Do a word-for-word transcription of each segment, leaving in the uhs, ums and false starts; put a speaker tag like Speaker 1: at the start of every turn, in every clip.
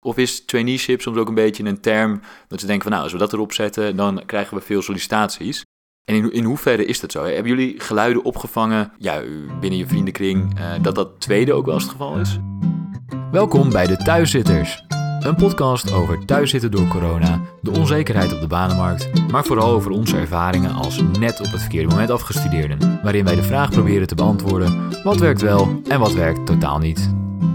Speaker 1: Of is traineeship soms ook een beetje een term dat ze denken van nou, als we dat erop zetten, dan krijgen we veel sollicitaties. En in, in hoeverre is dat zo? Hebben jullie geluiden opgevangen, ja, binnen je vriendenkring, uh, dat dat tweede ook wel eens het geval is?
Speaker 2: Welkom bij de Thuiszitters. Een podcast over thuiszitten door corona, de onzekerheid op de banenmarkt, maar vooral over onze ervaringen als net op het verkeerde moment afgestudeerden, waarin wij de vraag proberen te beantwoorden, wat werkt wel en wat werkt totaal niet.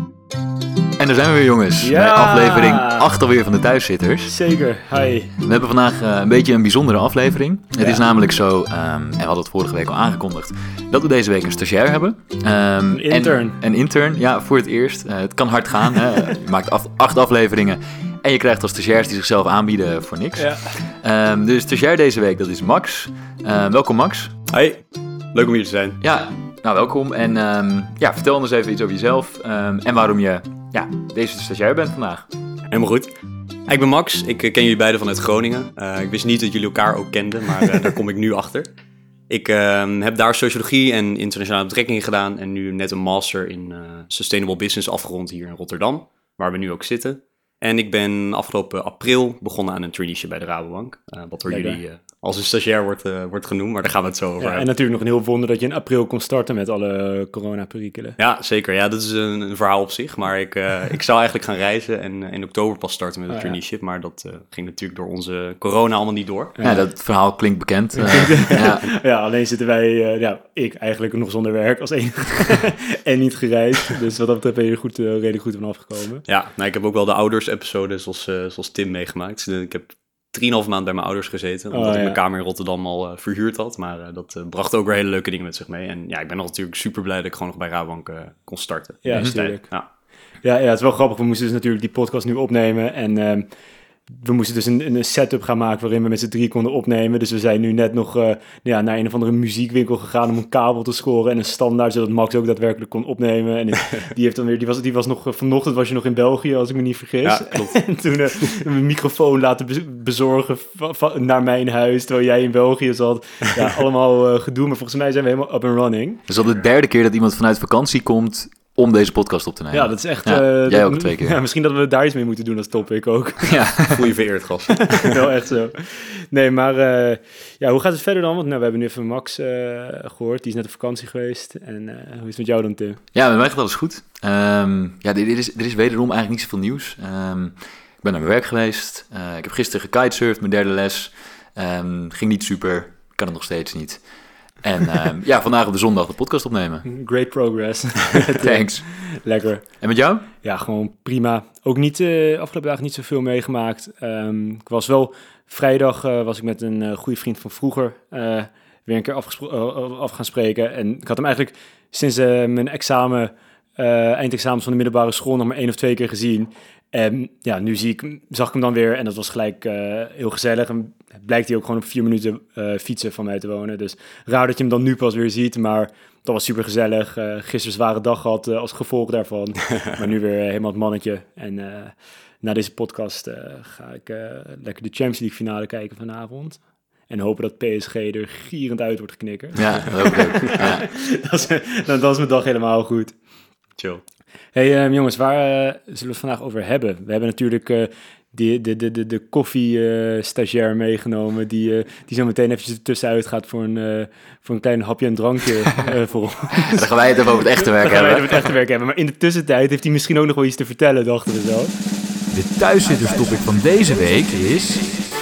Speaker 1: En daar zijn we weer, jongens,
Speaker 3: ja!
Speaker 1: bij aflevering acht alweer van de Thuiszitters.
Speaker 3: Zeker, hi.
Speaker 1: We hebben vandaag uh, een beetje een bijzondere aflevering. Ja. Het is namelijk zo, um, en we hadden het vorige week al aangekondigd, dat we deze week een stagiair hebben. Um,
Speaker 3: een intern.
Speaker 1: En, een intern, ja, voor het eerst. Uh, het kan hard gaan, hè. Je maakt af, acht afleveringen en je krijgt als stagiairs die zichzelf aanbieden voor niks. Ja. Um, de stagiair deze week, dat is Max. Uh, welkom, Max.
Speaker 4: Hoi, leuk om hier te zijn.
Speaker 1: Ja, nou welkom. En um, ja, vertel anders even iets over jezelf um, en waarom je ja, deze stagiair bent vandaag.
Speaker 4: Helemaal goed. Ik ben Max, ik ken jullie beiden vanuit Groningen. Uh, ik wist niet dat jullie elkaar ook kenden, maar uh, daar kom ik nu achter. Ik uh, heb daar sociologie en internationale betrekkingen gedaan en nu net een master in uh, Sustainable Business afgerond hier in Rotterdam, waar we nu ook zitten. En ik ben afgelopen april begonnen aan een traineeship bij de Rabobank, uh, wat door Lekker. jullie uh, als een stagiair wordt, uh, wordt genoemd, maar daar gaan we het zo over
Speaker 3: ja,
Speaker 4: hebben.
Speaker 3: En natuurlijk nog een heel wonder dat je in april kon starten met alle coronaperikelen.
Speaker 4: Ja, zeker. Ja, dat is een, een verhaal op zich, maar ik, uh, ik zou eigenlijk gaan reizen en uh, in oktober pas starten met een oh, traineeship, ja. maar dat uh, ging natuurlijk door onze corona allemaal niet door.
Speaker 1: Ja, ja dat verhaal klinkt bekend. Uh,
Speaker 3: ja. ja, alleen zitten wij, uh, ja, ik eigenlijk nog zonder werk als enige en niet gereisd, dus wat dat betreft ben je er goed, uh, redelijk goed van afgekomen.
Speaker 4: Ja, nou, ik heb ook wel de ouders-episode zoals, uh, zoals Tim meegemaakt. Ik heb drieënhalf maand bij mijn ouders gezeten, omdat oh, ja. ik mijn kamer in Rotterdam al uh, verhuurd had. Maar uh, dat uh, bracht ook weer hele leuke dingen met zich mee. En ja, ik ben nog natuurlijk super blij dat ik gewoon nog bij Rabobank uh, kon starten.
Speaker 3: Ja, natuurlijk.
Speaker 4: Ja.
Speaker 3: Ja, ja, het is wel grappig. We moesten dus natuurlijk die podcast nu opnemen en uh, we moesten dus een, een setup gaan maken waarin we met z'n drie konden opnemen. Dus we zijn nu net nog uh, ja, naar een of andere muziekwinkel gegaan om een kabel te scoren en een standaard, zodat Max ook daadwerkelijk kon opnemen. En die heeft dan weer, die was, die was nog, vanochtend was je nog in België, als ik me niet vergis.
Speaker 4: Ja, klopt.
Speaker 3: En toen uh, een microfoon laten bezorgen va- va- naar mijn huis, terwijl jij in België zat. Ja, allemaal uh, gedoe, maar volgens mij zijn we helemaal up and running.
Speaker 1: Het is al de derde keer dat iemand vanuit vakantie komt om deze podcast op te nemen.
Speaker 3: Ja, dat is echt...
Speaker 1: Ja,
Speaker 3: uh,
Speaker 1: jij
Speaker 3: dat,
Speaker 1: ook twee keer.
Speaker 3: Ja, misschien dat we daar iets mee moeten doen als topic ook.
Speaker 1: Ja,
Speaker 4: voel je vereerd, gast.
Speaker 3: Wel echt zo. Nee, maar uh, ja, hoe gaat het verder dan? Want nou, we hebben nu even Max uh, gehoord. Die is net op vakantie geweest. En uh, hoe is het met jou dan, Tim?
Speaker 1: Ja, met mij gaat alles goed. Um, ja, er is, er is wederom eigenlijk niet zoveel nieuws. Um, ik ben naar mijn werk geweest. Uh, ik heb gisteren gekitesurfd, mijn derde les. Um, ging niet super. Kan het nog steeds niet. En uh, ja, vandaag op de zondag de podcast opnemen.
Speaker 3: Great progress.
Speaker 1: Thanks.
Speaker 3: Lekker.
Speaker 1: En met jou?
Speaker 3: Ja, gewoon prima. Ook niet, uh, afgelopen dagen niet zoveel meegemaakt. Um, ik was wel, vrijdag uh, was ik met een uh, goede vriend van vroeger uh, weer een keer afgespro- uh, af gaan spreken. En ik had hem eigenlijk sinds uh, mijn examen, uh, eindexamens van de middelbare school nog maar één of twee keer gezien. En ja, nu zie ik, zag ik hem dan weer en dat was gelijk uh, heel gezellig. En blijkt hij ook gewoon op vier minuten uh, fietsen van mij te wonen. Dus raar dat je hem dan nu pas weer ziet, maar dat was super gezellig. Uh, gisteren zware dag gehad uh, als gevolg daarvan. Maar nu weer uh, helemaal het mannetje. En uh, na deze podcast uh, ga ik uh, lekker de Champions League finale kijken vanavond. En hopen dat P S G er gierend uit wordt geknikkerd.
Speaker 1: Ja, dat ook leuk. Ja.
Speaker 3: dat, is, dan, dat is mijn dag helemaal goed.
Speaker 4: Chill.
Speaker 3: Hey um, jongens, waar uh, zullen we het vandaag over hebben? We hebben natuurlijk uh, de, de, de, de, de koffie-stagiair uh, meegenomen... die, uh, die zo meteen eventjes ertussenuit gaat voor een, uh, voor een klein hapje en drankje uh, voor ons.
Speaker 1: Dan gaan wij het even over het echte werk
Speaker 3: Dan
Speaker 1: hebben.
Speaker 3: gaan wij het over het echte werk hebben. Maar in de tussentijd heeft hij misschien ook nog wel iets te vertellen, dachten we zo.
Speaker 2: De thuiszitterstopic van deze week is...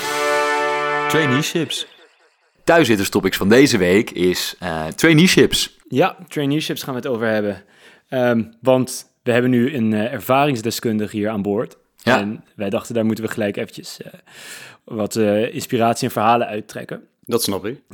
Speaker 1: Traineeships. Thuiszitterstopics van deze week is uh, traineeships.
Speaker 3: Ja, traineeships gaan we het over hebben. Um, want we hebben nu een uh, ervaringsdeskundige hier aan boord.
Speaker 1: Ja.
Speaker 3: En wij dachten, daar moeten we gelijk eventjes uh, wat uh, inspiratie en verhalen uittrekken.
Speaker 4: Dat snap ik.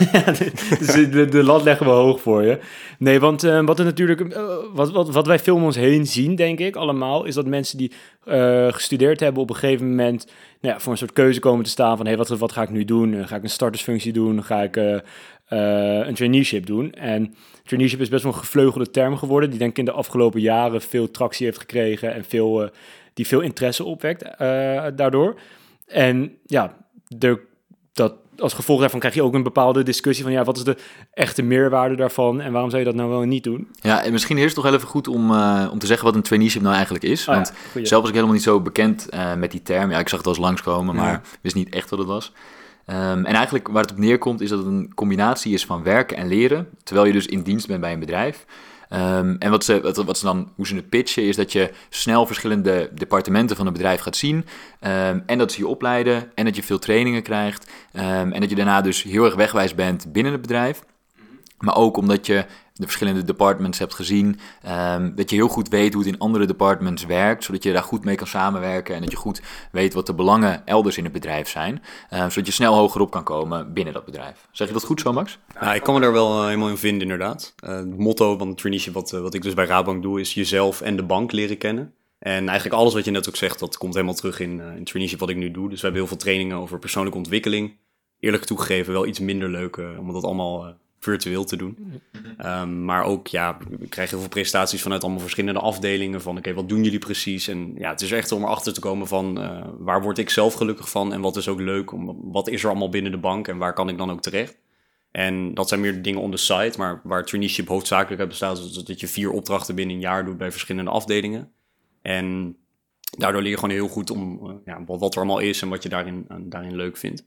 Speaker 3: Dus de, de lat leggen we hoog voor je. Nee, want uh, wat er natuurlijk, uh, wat, wat, wat wij veel om ons heen zien, denk ik, allemaal, is dat mensen die uh, gestudeerd hebben op een gegeven moment nou ja, voor een soort keuze komen te staan van, hé, hey, wat, wat ga ik nu doen? Uh, ga ik een startersfunctie doen? Ga ik uh, uh, een traineeship doen? En traineeship is best wel een gevleugelde term geworden, die denk ik in de afgelopen jaren veel tractie heeft gekregen en veel, uh, die veel interesse opwekt uh, daardoor. En ja, er, dat als gevolg daarvan krijg je ook een bepaalde discussie van ja, wat is de echte meerwaarde daarvan en waarom zou je dat nou wel niet doen?
Speaker 1: Ja, en misschien is het toch wel even goed om, uh, om te zeggen wat een traineeship nou eigenlijk is.
Speaker 3: Oh,
Speaker 1: want
Speaker 3: ja,
Speaker 1: zelf was ik helemaal niet zo bekend uh, met die term. Ja, ik zag het wel eens langskomen, maar
Speaker 3: Ja.
Speaker 1: wist niet echt wat het was. Um, en eigenlijk waar het op neerkomt is dat het een combinatie is van werken en leren, terwijl je dus in dienst bent bij een bedrijf. Um, en wat ze, wat, wat ze dan, hoe ze het pitchen, is dat je snel verschillende departementen van een bedrijf gaat zien. Um, en dat ze je opleiden en dat je veel trainingen krijgt. Um, en dat je daarna dus heel erg wegwijs bent binnen het bedrijf. Maar ook omdat je de verschillende departments hebt gezien. Um, dat je heel goed weet hoe het in andere departments werkt. Zodat je daar goed mee kan samenwerken. En dat je goed weet wat de belangen elders in het bedrijf zijn. Um, zodat je snel hoger op kan komen binnen dat bedrijf. Zeg je dat goed zo, Max?
Speaker 4: Nou, ik kan me daar wel uh, helemaal in vinden, inderdaad. Uh, het motto van het traineeship, wat, uh, wat ik dus bij Rabobank doe, is jezelf en de bank leren kennen. En eigenlijk alles wat je net ook zegt, dat komt helemaal terug in, uh, in het traineeship wat ik nu doe. Dus we hebben heel veel trainingen over persoonlijke ontwikkeling. Eerlijk toegegeven, wel iets minder leuk uh, om dat allemaal uh, virtueel te doen. Um, maar ook, ja, we krijgen heel veel presentaties vanuit allemaal verschillende afdelingen van, oké, okay, wat doen jullie precies? En ja, het is echt om erachter te komen van, uh, waar word ik zelf gelukkig van? En wat is ook leuk? Om, wat is er allemaal binnen de bank? En waar kan ik dan ook terecht? En dat zijn meer dingen on the side, maar waar traineeship hoofdzakelijk uit bestaat, is dat je vier opdrachten binnen een jaar doet bij verschillende afdelingen. En daardoor leer je gewoon heel goed om uh, ja, wat, wat er allemaal is en wat je daarin, uh, daarin leuk vindt.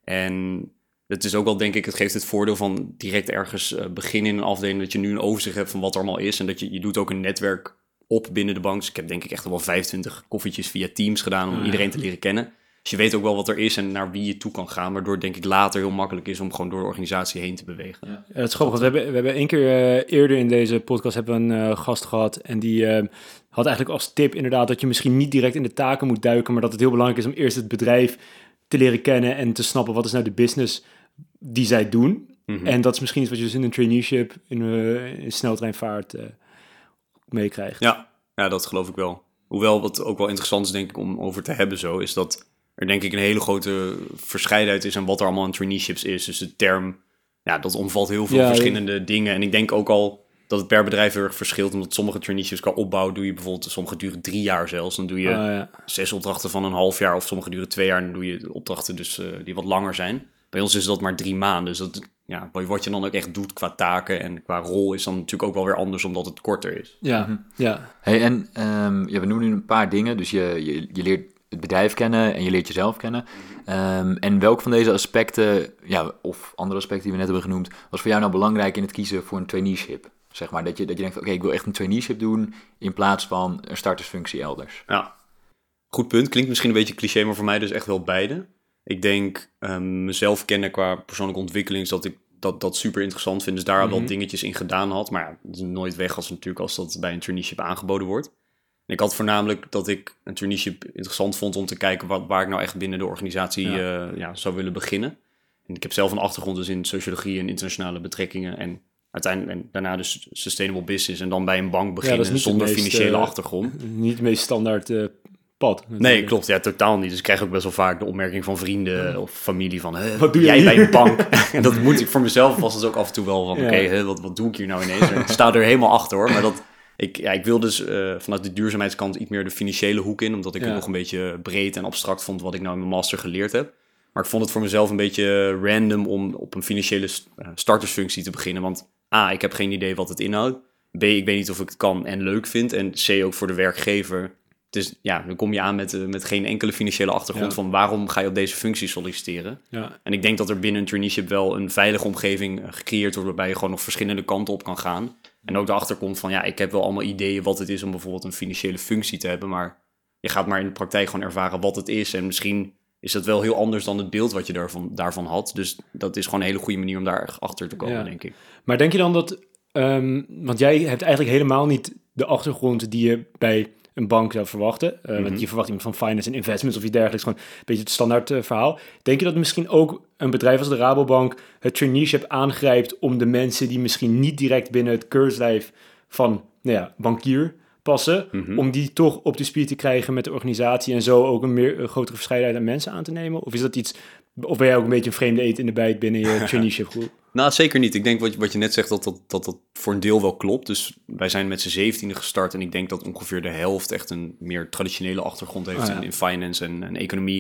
Speaker 4: En het is ook wel, denk ik, het geeft het voordeel van direct ergens uh, beginnen in een afdeling, dat je nu een overzicht hebt van wat er allemaal is. En dat je, je doet ook een netwerk op binnen de bank. Dus ik heb denk ik echt wel vijfentwintig koffietjes via Teams gedaan om ja. iedereen te leren kennen. Dus je weet ook wel wat er is en naar wie je toe kan gaan, waardoor het denk ik later heel makkelijk is om gewoon door de organisatie heen te bewegen.
Speaker 3: Ja, het is grappig, want we hebben, we hebben één keer uh, eerder in deze podcast hebben we een uh, gast gehad en die uh, had eigenlijk als tip inderdaad dat je misschien niet direct in de taken moet duiken, maar dat het heel belangrijk is om eerst het bedrijf te leren kennen en te snappen wat is nou de business die zij doen. Mm-hmm. En dat is misschien iets wat je dus in een traineeship, in een uh, sneltreinvaart uh, meekrijgt.
Speaker 4: Ja, ja, dat geloof ik wel. Hoewel wat ook wel interessant is denk ik om over te hebben zo, is dat er denk ik een hele grote verscheidenheid is aan wat er allemaal in traineeships is. Dus de term, ja, dat omvat heel veel ja, verschillende ja. dingen. En ik denk ook al dat het per bedrijf heel erg verschilt. Omdat sommige traineeships qua opbouw doe je bijvoorbeeld, sommige duren drie jaar zelfs. Dan doe je uh, ja. zes opdrachten van een half jaar of sommige duren twee jaar. En dan doe je opdrachten dus uh, die wat langer zijn. Bij ons is dat maar drie maanden. Dus dat, ja, wat je dan ook echt doet qua taken en qua rol is dan natuurlijk ook wel weer anders omdat het korter is.
Speaker 3: Ja, mm-hmm. ja.
Speaker 1: Hey, en um, ja, we noemen nu een paar dingen. Dus je, je, je leert het bedrijf kennen en je leert jezelf kennen. Um, en welk van deze aspecten, ja, of andere aspecten die we net hebben genoemd, was voor jou nou belangrijk in het kiezen voor een traineeship? Zeg maar, dat je, dat je denkt, oké, okay, ik wil echt een traineeship doen in plaats van een startersfunctie elders.
Speaker 4: Ja, goed punt. Klinkt misschien een beetje cliché, maar voor mij dus echt wel beide. Ik denk um, mezelf kennen qua persoonlijke ontwikkeling, dat ik dat, dat super interessant vind. Dus daar mm-hmm. wel dingetjes in gedaan had. Maar ja, het is nooit weg als natuurlijk als dat bij een traineeship aangeboden wordt. En ik had voornamelijk dat ik een traineeship interessant vond om te kijken wat, waar ik nou echt binnen de organisatie ja. Uh, ja, zou willen beginnen. En ik heb zelf een achtergrond dus in sociologie en internationale betrekkingen. En uiteindelijk en daarna dus sustainable business. En dan bij een bank beginnen ja, zonder meest, financiële uh, achtergrond.
Speaker 3: Niet het meest standaard uh, pad. Natuurlijk.
Speaker 4: Nee, klopt. Ja, totaal niet. Dus ik krijg ook best wel vaak de opmerking van vrienden of familie van, wat doe jij hier? Bij een bank? En dat moet ik voor mezelf was het ook af en toe wel van, ja. oké, okay, wat, wat doe ik hier nou ineens? Ik sta er helemaal achter hoor, maar dat... Ik, ja, ik wil dus uh, vanuit de duurzaamheidskant iets meer de financiële hoek in, omdat ik ja. het nog een beetje breed en abstract vond wat ik nou in mijn master geleerd heb. Maar ik vond het voor mezelf een beetje random om op een financiële startersfunctie te beginnen, want A, ik heb geen idee wat het inhoudt. B, ik weet niet of ik het kan en leuk vind. En C, ook voor de werkgever. Dus ja, dan kom je aan met, uh, met geen enkele financiële achtergrond ja. van waarom ga je op deze functie solliciteren. Ja. En ik denk dat er binnen een traineeship wel een veilige omgeving uh, gecreëerd wordt waarbij je gewoon nog verschillende kanten op kan gaan. En ook erachter komt van, ja, ik heb wel allemaal ideeën wat het is om bijvoorbeeld een financiële functie te hebben, maar je gaat maar in de praktijk gewoon ervaren wat het is. En misschien is dat wel heel anders dan het beeld wat je daarvan, daarvan had. Dus dat is gewoon een hele goede manier om daar achter te komen, ja. denk ik.
Speaker 3: Maar denk je dan dat, um, want jij hebt eigenlijk helemaal niet de achtergrond die je bij een bank zou verwachten. Uh, mm-hmm. Want je verwacht iemand van finance en investments of iets dergelijks. Gewoon een beetje het standaard uh, verhaal. Denk je dat misschien ook een bedrijf als de Rabobank het traineeship aangrijpt om de mensen die misschien niet direct binnen het keurslijf van nou ja, bankier passen, mm-hmm. om die toch op de spier te krijgen met de organisatie en zo ook een, meer, een grotere verscheidenheid aan mensen aan te nemen? Of is dat iets, of ben jij ook een beetje een vreemde eet in de bijt binnen je traineeship groep?
Speaker 4: Nou, zeker niet. Ik denk wat je, wat je net zegt, dat dat, dat dat voor een deel wel klopt. Dus wij zijn met z'n zeventiende gestart en ik denk dat ongeveer de helft echt een meer traditionele achtergrond heeft oh, ja. in, in finance en, en economie.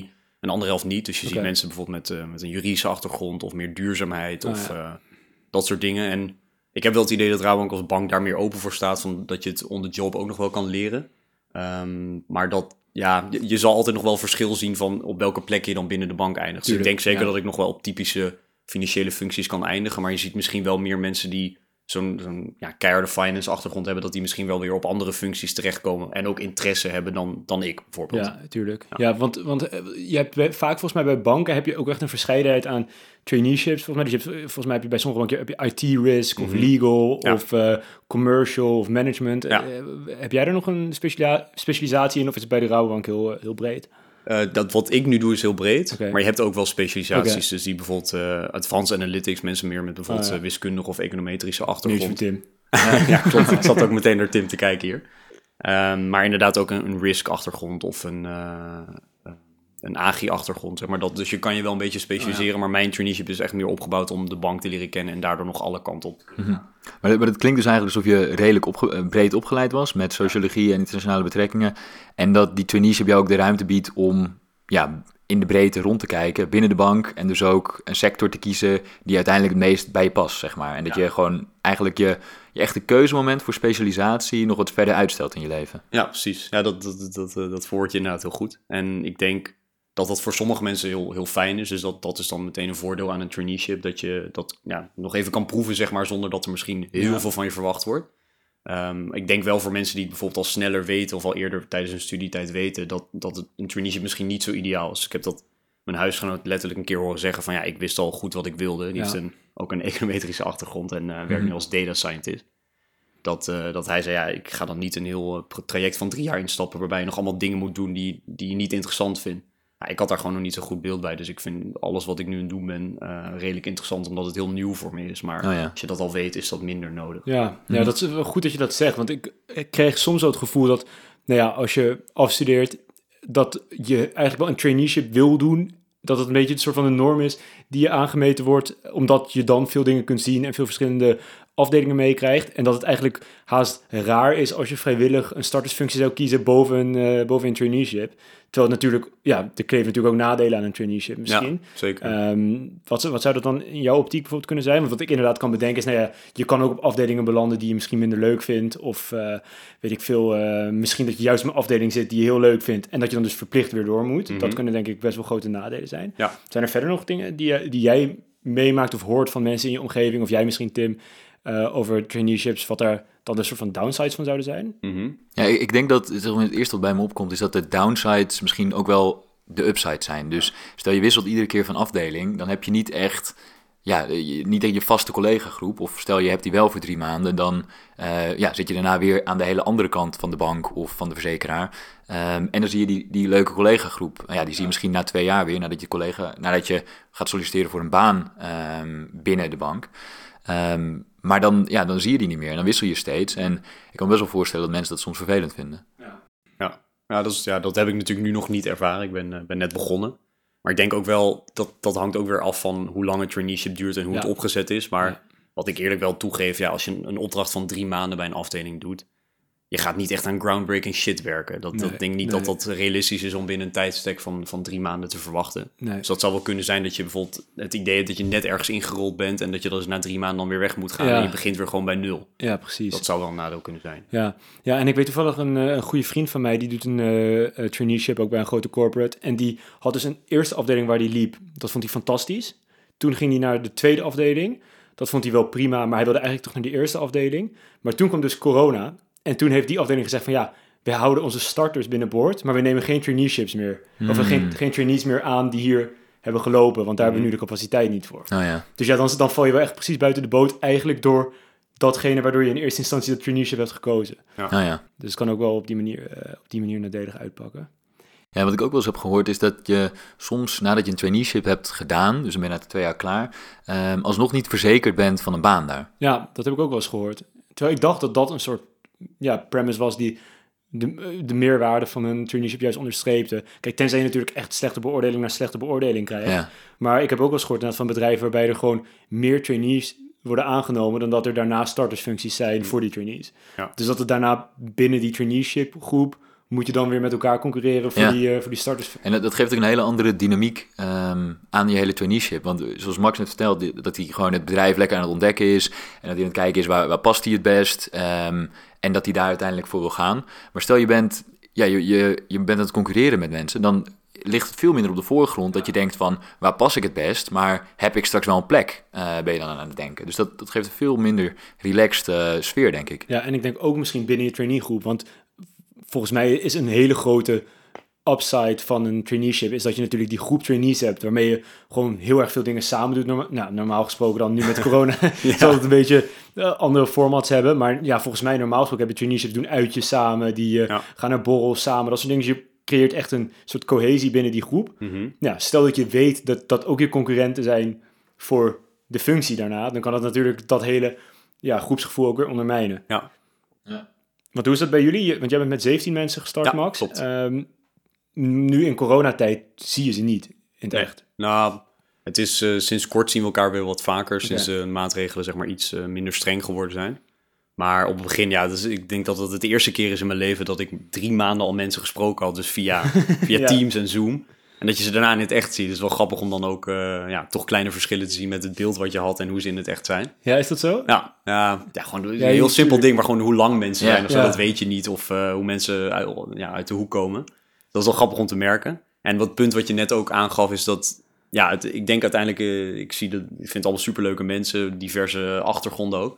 Speaker 4: en de andere helft niet. Dus je
Speaker 3: Okay.
Speaker 4: ziet mensen bijvoorbeeld met, uh, met een juridische achtergrond of meer duurzaamheid
Speaker 3: Oh,
Speaker 4: of
Speaker 3: ja.
Speaker 4: uh, dat soort dingen. En ik heb wel het idee dat Rabobank als bank daar meer open voor staat, van dat je het on the job ook nog wel kan leren. Um, maar dat, ja, je, je zal altijd nog wel verschil zien van op welke plek je dan binnen de bank eindigt.
Speaker 3: Tuurlijk,
Speaker 4: dus ik denk zeker
Speaker 3: ja.
Speaker 4: dat ik nog wel op typische financiële functies kan eindigen. Maar je ziet misschien wel meer mensen die zo'n, zo'n ja, keiharde finance achtergrond hebben, dat die misschien wel weer op andere functies terechtkomen en ook interesse hebben dan, dan ik bijvoorbeeld.
Speaker 3: Ja, natuurlijk. Ja.
Speaker 4: Ja.
Speaker 3: ja, want, want uh, je hebt bij, vaak volgens mij bij banken heb je ook echt een verscheidenheid aan traineeships. Volgens mij, dus je hebt, volgens mij heb je bij sommige banken heb je I T risk of
Speaker 4: Mm-hmm.
Speaker 3: legal
Speaker 4: Ja.
Speaker 3: of uh, commercial of management.
Speaker 4: Ja.
Speaker 3: Uh, heb jij er nog een specialia- specialisatie in of is het bij de Rabobank heel, heel breed?
Speaker 4: Uh, dat wat ik nu doe is heel breed,
Speaker 3: Okay.
Speaker 4: maar je hebt ook wel specialisaties.
Speaker 3: Okay.
Speaker 4: Dus die bijvoorbeeld uh, advanced analytics, mensen meer met bijvoorbeeld
Speaker 3: Oh, ja.
Speaker 4: uh, wiskundige of econometrische
Speaker 3: Nieuws van
Speaker 4: achtergrond.
Speaker 3: Tim.
Speaker 4: Ja, klopt. Ik zat ook meteen naar Tim te kijken hier. Um, maar inderdaad ook een, een risk-achtergrond of een, uh, een A G I-achtergrond. Zeg maar dat, dus je kan je wel een beetje specialiseren. Oh, ja. Maar mijn traineeship is echt meer opgebouwd om de bank te leren kennen en daardoor nog alle kanten op.
Speaker 1: Mm-hmm. Maar, maar het klinkt dus eigenlijk alsof je redelijk opge- breed opgeleid was met sociologie en internationale betrekkingen. En dat die traineeship jou ook de ruimte biedt om ja, in de breedte rond te kijken binnen de bank. En dus ook een sector te kiezen die uiteindelijk het meest bij je past, zeg maar. En dat
Speaker 4: Ja.
Speaker 1: je gewoon eigenlijk je, je echte keuzemoment voor specialisatie nog wat verder uitstelt in je leven.
Speaker 4: Ja, precies. Ja, dat, dat, dat, dat, dat verwoord je inderdaad heel goed. En ik denk dat dat voor sommige mensen heel, heel fijn is. Dus dat, dat is dan meteen een voordeel aan een traineeship. Dat je dat ja, nog even kan proeven, zeg maar, zonder dat er misschien heel
Speaker 3: Ja.
Speaker 4: veel van je verwacht wordt. Um, ik denk wel voor mensen die het bijvoorbeeld al sneller weten of al eerder tijdens hun studietijd weten, dat, dat het een traineeship misschien niet zo ideaal is. Ik heb dat mijn huisgenoot letterlijk een keer horen zeggen van ja, ik wist al goed wat ik wilde. Die
Speaker 3: Ja.
Speaker 4: heeft een, ook een econometrische achtergrond en uh, werkt
Speaker 1: Mm-hmm.
Speaker 4: nu als data scientist. Dat, uh, dat hij zei, ja, ik ga dan niet een heel uh, traject van drie jaar instappen waarbij je nog allemaal dingen moet doen die, die je niet interessant vindt. Ja, ik had daar gewoon nog niet zo'n goed beeld bij, dus ik vind alles wat ik nu aan het doen ben uh, redelijk interessant, omdat het heel nieuw voor me is. Maar
Speaker 1: Oh ja.
Speaker 4: als je dat al weet, is dat minder nodig.
Speaker 3: Ja, ja,
Speaker 1: Mhm.
Speaker 3: dat is wel goed dat je dat zegt. Want ik, ik kreeg soms wel het gevoel dat, nou ja, als je afstudeert, dat je eigenlijk wel een traineeship wil doen. Dat het een beetje een soort van een norm is die je aangemeten wordt, omdat je dan veel dingen kunt zien en veel verschillende afdelingen meekrijgt. En dat het eigenlijk haast raar is als je vrijwillig een startersfunctie zou kiezen boven een, uh, boven een traineeship. Terwijl het natuurlijk, ja, er kleven natuurlijk ook nadelen aan een traineeship misschien.
Speaker 4: Ja, zeker.
Speaker 3: Um, wat, wat zou dat dan in jouw optiek bijvoorbeeld kunnen zijn? Want wat ik inderdaad kan bedenken is, nou ja, je kan ook op afdelingen belanden die je misschien minder leuk vindt. Of uh, weet ik veel, uh, misschien dat je juist in een afdeling zit die je heel leuk vindt. En dat je dan dus verplicht weer door moet.
Speaker 4: Mm-hmm.
Speaker 3: Dat kunnen denk ik best wel grote nadelen zijn.
Speaker 4: Ja.
Speaker 3: Zijn er verder nog dingen die, die jij meemaakt of hoort van mensen in je omgeving? Of jij misschien, Tim, uh, over traineeships, wat er dan een soort van downsides van zouden zijn?
Speaker 4: Mm-hmm.
Speaker 1: Ja, ik, ik denk dat het eerste wat bij me opkomt is dat de downsides misschien ook wel de upsides zijn. Dus stel je wisselt iedere keer van afdeling, dan heb je niet echt, ja, je, niet echt je vaste collega-groep. Of stel je hebt die wel voor drie maanden, dan uh, ja, zit je daarna weer aan de hele andere kant van de bank of van de verzekeraar. Um, en dan zie je die, die leuke collega-groep. Ja, die zie je misschien na twee jaar weer, nadat je, collega, nadat je gaat solliciteren voor een baan um, binnen de bank. Um, maar dan, ja, dan zie je die niet meer en dan wissel je steeds. En ik kan me best wel voorstellen dat mensen dat soms vervelend vinden.
Speaker 4: Ja, ja. Ja, dat, is, ja dat heb ik natuurlijk nu nog niet ervaren. Ik ben, uh, ben net begonnen. Maar ik denk ook wel, dat, dat hangt ook weer af van hoe lang een traineeship duurt en hoe
Speaker 3: Ja.
Speaker 4: het opgezet is. Maar
Speaker 3: Ja.
Speaker 4: wat ik eerlijk wel toegeef, ja, als je een, een opdracht van drie maanden bij een afdeling doet, je gaat niet echt aan groundbreaking shit werken. Dat,
Speaker 3: Nee,
Speaker 4: dat denk ik niet
Speaker 3: nee.
Speaker 4: dat dat realistisch is om binnen een tijdstek van, van drie maanden te verwachten.
Speaker 3: Nee.
Speaker 4: Dus dat zou wel kunnen zijn dat je bijvoorbeeld het idee hebt dat je net ergens ingerold bent en dat je dus na drie maanden dan weer weg moet gaan
Speaker 3: Ja.
Speaker 4: en je begint weer gewoon bij nul.
Speaker 3: Ja, precies.
Speaker 4: Dat zou wel een nadeel kunnen zijn.
Speaker 3: Ja. ja, en ik weet toevallig een, uh, een goede vriend van mij, die doet een uh, uh, traineeship ook bij een grote corporate. En die had dus een eerste afdeling waar hij liep. Dat vond hij fantastisch. Toen ging hij naar de tweede afdeling. Dat vond hij wel prima, maar hij wilde eigenlijk toch naar die eerste afdeling. Maar toen kwam dus corona. En toen heeft die afdeling gezegd van ja, wij houden onze starters binnenboord, maar we nemen geen traineeships meer.
Speaker 1: Mm.
Speaker 3: Of we geen, geen trainees meer aan die hier hebben gelopen, want daar
Speaker 4: Mm.
Speaker 3: hebben we nu de capaciteit niet voor.
Speaker 1: Oh ja.
Speaker 3: Dus ja, dan, dan val je wel echt precies buiten de boot eigenlijk door datgene waardoor je in eerste instantie dat traineeship hebt gekozen.
Speaker 1: Oh ja.
Speaker 3: Dus het kan ook wel op die manier, uh, op die manier nadelig uitpakken.
Speaker 1: Ja, wat ik ook wel eens heb gehoord is dat je soms nadat je een traineeship hebt gedaan, dus dan ben je na twee jaar klaar, um, alsnog niet verzekerd bent van een baan daar.
Speaker 3: Ja, dat heb ik ook wel eens gehoord. Terwijl ik dacht dat dat een soort ja, premise was die de, de meerwaarde van een traineeship juist onderstreepte. Kijk, tenzij je natuurlijk echt slechte beoordeling naar slechte beoordeling krijgt.
Speaker 1: Ja.
Speaker 3: Maar ik heb ook wel eens gehoord inderdaad van bedrijven waarbij er gewoon meer trainees worden aangenomen dan dat er daarna startersfuncties zijn mm. voor die trainees.
Speaker 4: Ja.
Speaker 3: Dus dat het daarna binnen die traineeship groep moet je dan weer met elkaar concurreren voor,
Speaker 1: Ja.
Speaker 3: die, uh, voor die starters.
Speaker 1: En dat, dat geeft ook een hele andere dynamiek um, aan die hele traineeship. Want zoals Max net vertelde, dat hij gewoon het bedrijf lekker aan het ontdekken is. En dat hij aan het kijken is, waar, waar past hij het best? Um, en dat hij daar uiteindelijk voor wil gaan. Maar stel je bent, ja, je, je, je bent aan het concurreren met mensen, dan ligt het veel minder op de voorgrond dat je denkt van, waar pas ik het best? Maar heb ik straks wel een plek? Uh, ben je dan aan het denken. Dus dat, dat geeft een veel minder relaxed uh, sfeer, denk ik.
Speaker 3: Ja, en ik denk ook misschien binnen je traineegroep. Want volgens mij is een hele grote upside van een traineeship is dat je natuurlijk die groep trainees hebt, waarmee je gewoon heel erg veel dingen samen doet. Norma- nou, normaal gesproken dan nu met corona ja. zal het een beetje uh, andere formats hebben. Maar ja, volgens mij normaal gesproken hebben traineeships doen uitjes samen, die uh, ja. gaan naar borrels samen, dat soort dingen. Dus je creëert echt een soort cohesie binnen die groep.
Speaker 4: Mm-hmm.
Speaker 3: Ja, stel dat je weet dat dat ook je concurrenten zijn voor de functie daarna, dan kan dat natuurlijk dat hele ja, groepsgevoel ook weer ondermijnen.
Speaker 4: Ja.
Speaker 3: ja. Want hoe is dat bij jullie? Want jij bent met zeventien mensen gestart, ja, Max.
Speaker 4: Klopt.
Speaker 3: Um, nu in coronatijd zie je ze niet in het
Speaker 4: nee.
Speaker 3: echt.
Speaker 4: Nou, het is uh, sinds kort zien we elkaar weer wat vaker. Sinds de
Speaker 3: okay.
Speaker 4: uh, maatregelen zeg maar iets uh, minder streng geworden zijn. Maar op het begin, ja, dus ik denk dat het de eerste keer is in mijn leven dat ik drie maanden al mensen gesproken had. Dus via, via ja. Teams en Zoom. En dat je ze daarna in het echt ziet. Het is wel grappig om dan ook uh, ja, toch kleine verschillen te zien met het beeld wat je had en hoe ze in het echt zijn.
Speaker 3: Ja, is dat zo?
Speaker 4: Ja, ja, ja gewoon een
Speaker 3: ja,
Speaker 4: heel simpel tuurlijk. ding, maar gewoon hoe lang mensen
Speaker 3: ja,
Speaker 4: zijn of zo,
Speaker 3: ja.
Speaker 4: dat weet je niet. Of uh, hoe mensen uit, ja, uit de hoek komen. Dat is wel grappig om te merken. En wat punt wat je net ook aangaf is dat, ja, het, ik denk uiteindelijk, uh, ik, zie dat, ik vind het allemaal superleuke mensen, diverse achtergronden ook.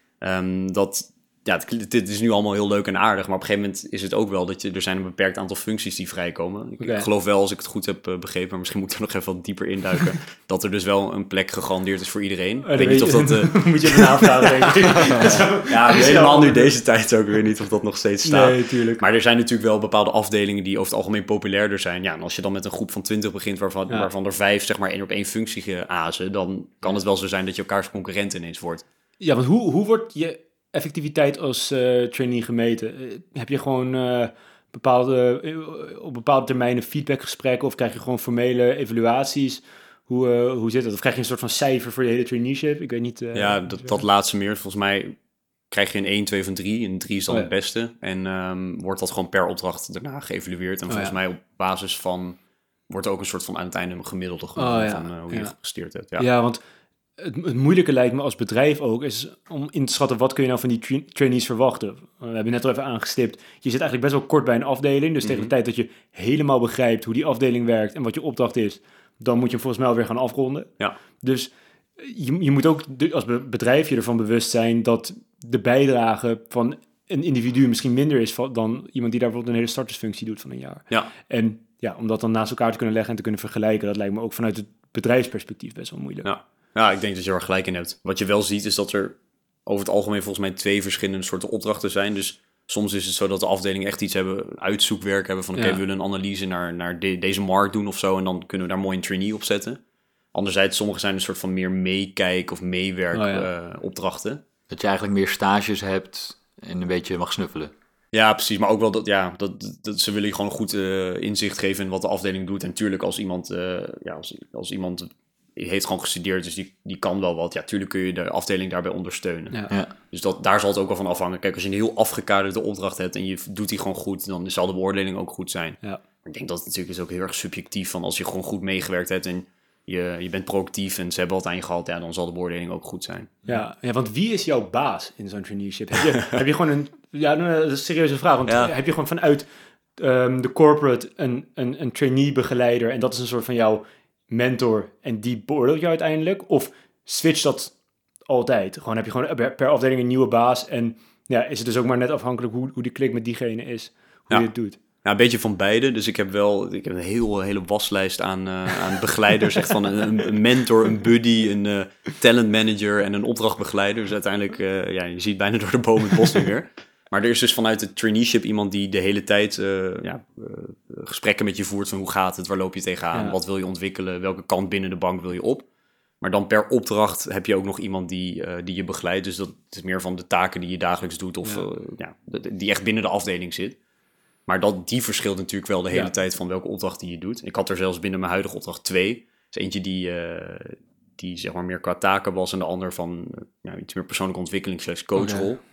Speaker 4: Um, dat... Ja, het, dit is nu allemaal heel leuk en aardig, maar op een gegeven moment is het ook wel dat je, er zijn een beperkt aantal functies die vrijkomen. Ik, okay. ik geloof wel, als ik het goed heb uh, begrepen, maar misschien moet ik er nog even wat dieper induiken, dat er dus wel een plek gegarandeerd is voor iedereen.
Speaker 3: Oh,
Speaker 4: ik weet niet of dat... Uh...
Speaker 3: moet je even navragen, denk ik.
Speaker 4: Ja, helemaal nu deze tijd ook weer niet of dat nog steeds staat.
Speaker 3: Nee, tuurlijk.
Speaker 4: Maar er zijn natuurlijk wel bepaalde afdelingen die over het algemeen populairder zijn. Ja, en als je dan met een groep van twintig begint, waarvan, ja. waarvan er vijf zeg maar één op één functie geazen, dan kan het wel zo zijn dat je elkaars concurrent ineens wordt.
Speaker 3: Ja, want hoe, hoe wordt je effectiviteit als uh, trainee gemeten? Uh, heb je gewoon uh, bepaalde, uh, op bepaalde termijnen feedbackgesprekken of krijg je gewoon formele evaluaties? Hoe, uh, hoe zit dat? Of krijg je een soort van cijfer voor je hele traineeship? Ik weet niet. Uh,
Speaker 4: ja, dat, dat laatste meer. Volgens mij krijg je een één, twee van drie. En drie is dan oh, ja. het beste. En um, wordt dat gewoon per opdracht daarna geëvalueerd. En volgens oh, ja. mij op basis van wordt er ook een soort van aan het einde een gemiddelde genomen oh, ja. van uh, hoe ja. je gepresteerd hebt. Ja,
Speaker 3: ja want Het, het moeilijke lijkt me als bedrijf ook, is om in te schatten wat kun je nou van die tra- trainees verwachten. We hebben net al even aangestipt. Je zit eigenlijk best wel kort bij een afdeling, dus mm-hmm. tegen de tijd dat je helemaal begrijpt hoe die afdeling werkt en wat je opdracht is, dan moet je hem volgens mij alweer gaan afronden.
Speaker 4: Ja.
Speaker 3: Dus je, je moet ook als bedrijf je ervan bewust zijn dat de bijdrage van een individu misschien minder is dan iemand die daar bijvoorbeeld een hele startersfunctie doet van een jaar.
Speaker 4: Ja.
Speaker 3: En ja, om dat dan naast elkaar te kunnen leggen en te kunnen vergelijken, dat lijkt me ook vanuit het bedrijfsperspectief best wel moeilijk.
Speaker 4: Ja. Ja, ik denk dat je er gelijk in hebt. Wat je wel ziet is dat er over het algemeen volgens mij twee verschillende soorten opdrachten zijn. Dus soms is het zo dat de afdelingen echt iets hebben, uitzoekwerk hebben van oké, okay, ja. we willen een analyse naar, naar de, deze markt doen of zo en dan kunnen we daar mooi een trainee op zetten. Anderzijds, sommige zijn een soort van meer meekijk of meewerk oh, ja. uh, opdrachten.
Speaker 1: Dat je eigenlijk meer stages hebt en een beetje mag snuffelen.
Speaker 4: Ja, precies. Maar ook wel dat, ja, dat, dat ze willen je gewoon goed uh, inzicht geven in wat de afdeling doet. En natuurlijk als iemand, uh, ja, als, als iemand heeft gewoon gestudeerd, dus die, die kan wel wat. Ja, tuurlijk kun je de afdeling daarbij ondersteunen.
Speaker 3: Ja.
Speaker 1: Ja.
Speaker 4: Dus dat, daar zal het ook wel van afhangen. Kijk, als je een heel afgekaderde opdracht hebt en je doet die gewoon goed, dan zal de beoordeling ook goed zijn.
Speaker 3: Ja.
Speaker 4: Maar ik denk dat het natuurlijk is ook heel erg subjectief van als je gewoon goed meegewerkt hebt en je, je bent proactief en ze hebben wat aan je gehad, ja, dan zal de beoordeling ook goed zijn.
Speaker 3: Ja, ja, want wie is jouw baas in zo'n traineeship? Heb je, heb je gewoon een, ja, dat is een serieuze vraag, want ja. heb je gewoon vanuit um, de corporate een, een, een trainee-begeleider en dat is een soort van jouw mentor en die beoordeelt je uiteindelijk? Of switcht dat altijd? Gewoon heb je gewoon per afdeling een nieuwe baas en ja, is het dus ook maar net afhankelijk hoe, hoe die klik met diegene is, hoe
Speaker 4: ja.
Speaker 3: je het doet?
Speaker 4: Ja, een beetje van beide. Dus ik heb wel ik heb een heel, hele waslijst aan, uh, aan begeleiders. Echt van een, een mentor, een buddy, een uh, talent manager en een opdrachtbegeleider. Dus uiteindelijk, uh, ja, je ziet bijna door de boom het bos niet meer. Maar er is dus vanuit het traineeship iemand die de hele tijd uh, ja, uh, gesprekken met je voert van hoe gaat het, waar loop je tegenaan, ja. wat wil je ontwikkelen, welke kant binnen de bank wil je op. Maar dan per opdracht heb je ook nog iemand die, uh, die je begeleidt. Dus dat is meer van de taken die je dagelijks doet of ja. Uh, ja, die echt binnen de afdeling zit. Maar dat, die verschilt natuurlijk wel de hele ja. tijd van welke opdracht die je doet. Ik had er zelfs binnen mijn huidige opdracht twee. Dus eentje die, uh, die zeg maar meer qua taken was en de ander van uh, nou, iets meer persoonlijke ontwikkeling slash coachrol. Okay.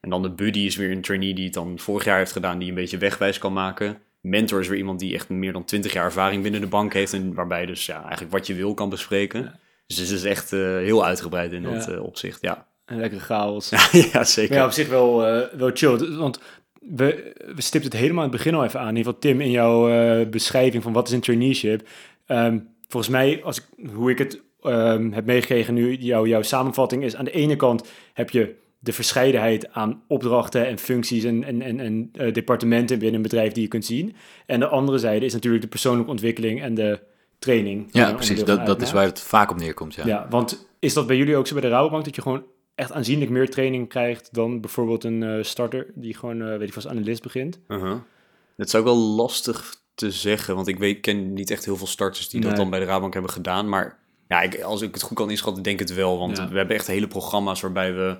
Speaker 4: En dan de buddy is weer een trainee die het dan vorig jaar heeft gedaan, die een beetje wegwijs kan maken. Mentor is weer iemand die echt meer dan twintig jaar ervaring binnen de bank heeft en waarbij je dus ja, eigenlijk wat je wil kan bespreken. Ja. Dus het is echt uh, heel uitgebreid in dat ja. uh, opzicht, ja.
Speaker 3: En lekker chaos.
Speaker 4: Ja, zeker.
Speaker 3: Maar ja, op zich wel, uh, wel chill, want we, we stipten het helemaal aan het begin al even aan. In ieder geval, Tim, in jouw uh, beschrijving van wat is een traineeship. Um, volgens mij, als ik, hoe ik het um, heb meegekregen nu, jou, jouw samenvatting is aan de ene kant heb je de verscheidenheid aan opdrachten en functies en, en, en, en uh, departementen binnen een bedrijf die je kunt zien. En de andere zijde is natuurlijk de persoonlijke ontwikkeling en de training.
Speaker 1: Ja, precies. Dat, dat is waar het vaak op neerkomt. Ja.
Speaker 3: ja, want is dat bij jullie ook zo bij de Rabobank, dat je gewoon echt aanzienlijk meer training krijgt dan bijvoorbeeld een uh, starter die gewoon, uh, weet ik, als analist begint?
Speaker 4: Uh-huh. Dat is ook wel lastig te zeggen, want ik weet, ken niet echt heel veel starters die nee. dat dan bij de Rabobank hebben gedaan. Maar ja, ik, als ik het goed kan inschatten, denk ik het wel. Want ja. we hebben echt hele programma's waarbij we